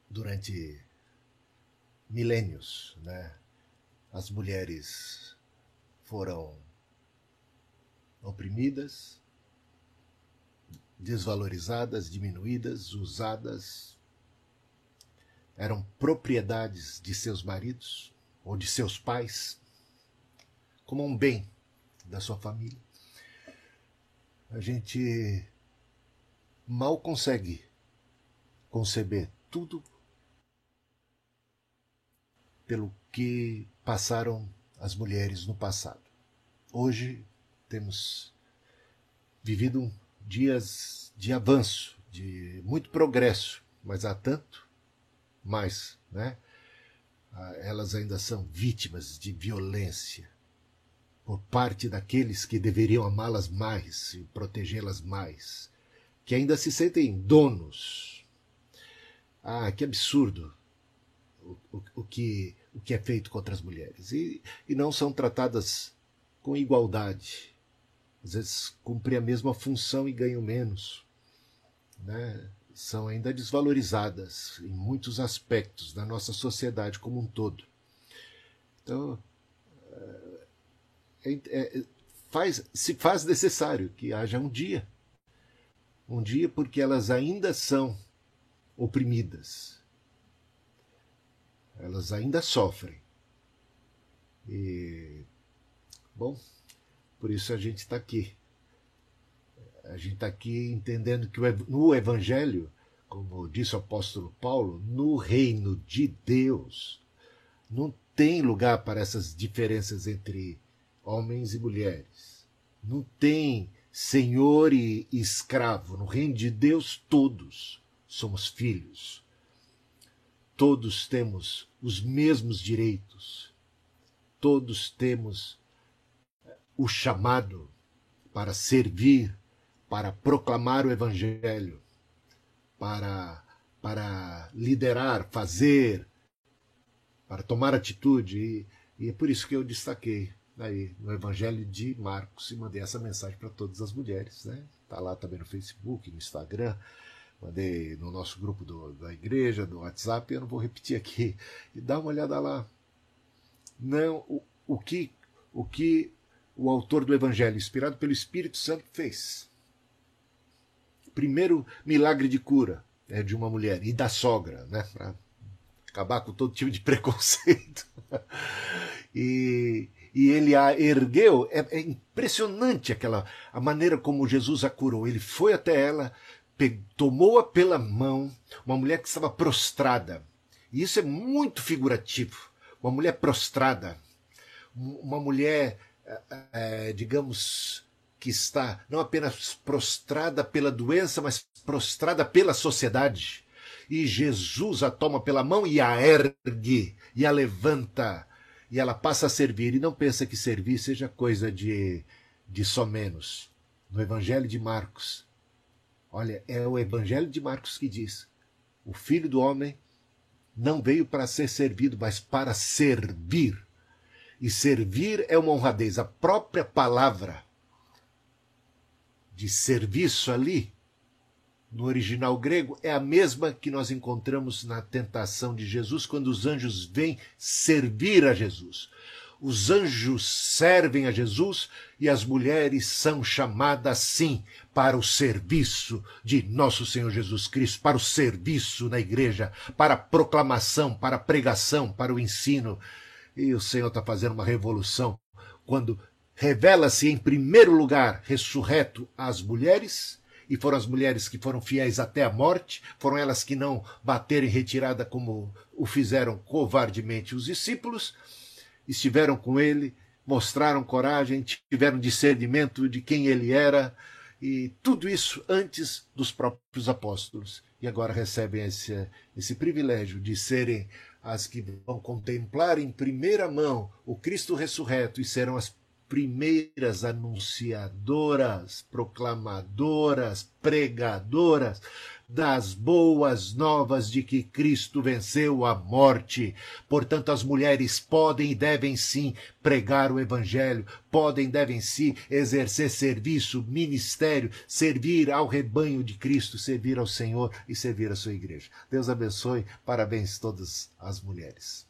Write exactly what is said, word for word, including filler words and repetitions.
durante milênios, né, as mulheres foram oprimidas, desvalorizadas, diminuídas, usadas, eram propriedades de seus maridos ou de seus pais, como um bem da sua família. A gente mal consegue conceber tudo pelo que passaram as mulheres no passado. Hoje temos vivido dias de avanço, de muito progresso, mas há tanto mais, né? Elas ainda são vítimas de violência por parte daqueles que deveriam amá-las mais e protegê-las mais, que ainda se sentem donos. Ah, que absurdo o, o, o, que, o que é feito contra as mulheres. E, e não são tratadas com igualdade. Às vezes cumprem a mesma função e ganham menos, né? São ainda desvalorizadas em muitos aspectos da nossa sociedade como um todo. Então, é, é, faz, se faz necessário que haja um dia. Um dia porque elas ainda são oprimidas. Elas ainda sofrem. E, bom, por isso a gente está aqui. A gente está aqui entendendo que no Evangelho, como disse o apóstolo Paulo, no reino de Deus, não tem lugar para essas diferenças entre homens e mulheres. Não tem senhor e escravo. No reino de Deus, todos somos filhos. Todos temos os mesmos direitos. Todos temos o chamado para servir, para proclamar o Evangelho, para, para liderar, fazer, para tomar atitude. E, e é por isso que eu destaquei aí no Evangelho de Marcos e mandei essa mensagem para todas as mulheres. Né? Está lá também no Facebook, no Instagram, mandei no nosso grupo do, da igreja, do WhatsApp, eu não vou repetir aqui. E dá uma olhada lá. Não, o, o, que, o que o autor do Evangelho, inspirado pelo Espírito Santo, fez. Primeiro milagre de cura é de uma mulher e da sogra, né, para acabar com todo tipo de preconceito. E, e ele a ergueu. É, é impressionante aquela a maneira como Jesus a curou. Ele foi até ela, tomou-a pela mão, uma mulher que estava prostrada. E isso é muito figurativo. Uma mulher prostrada, uma mulher, é, digamos, que está não apenas prostrada pela doença, mas prostrada pela sociedade. E Jesus a toma pela mão e a ergue, e a levanta, e ela passa a servir. E não pensa que servir seja coisa de, de só menos. No Evangelho de Marcos, olha, é o Evangelho de Marcos que diz: o Filho do Homem não veio para ser servido, mas para servir. E servir é uma honradez. A própria palavra de serviço ali, no original grego, é a mesma que nós encontramos na tentação de Jesus, quando os anjos vêm servir a Jesus. Os anjos servem a Jesus e as mulheres são chamadas, sim, para o serviço de nosso Senhor Jesus Cristo, para o serviço na igreja, para a proclamação, para a pregação, para o ensino. E o Senhor está fazendo uma revolução quando revela-se em primeiro lugar ressurreto às mulheres, e foram as mulheres que foram fiéis até a morte, foram elas que não bateram em retirada como o fizeram covardemente os discípulos, estiveram com ele, mostraram coragem, tiveram discernimento de quem ele era, e tudo isso antes dos próprios apóstolos. E agora recebem esse, esse privilégio de serem as que vão contemplar em primeira mão o Cristo ressurreto e serão as primeiras anunciadoras, proclamadoras, pregadoras das boas novas de que Cristo venceu a morte. Portanto, as mulheres podem e devem sim pregar o Evangelho, podem e devem sim exercer serviço, ministério, servir ao rebanho de Cristo, servir ao Senhor e servir a sua igreja. Deus abençoe, parabéns a todas as mulheres.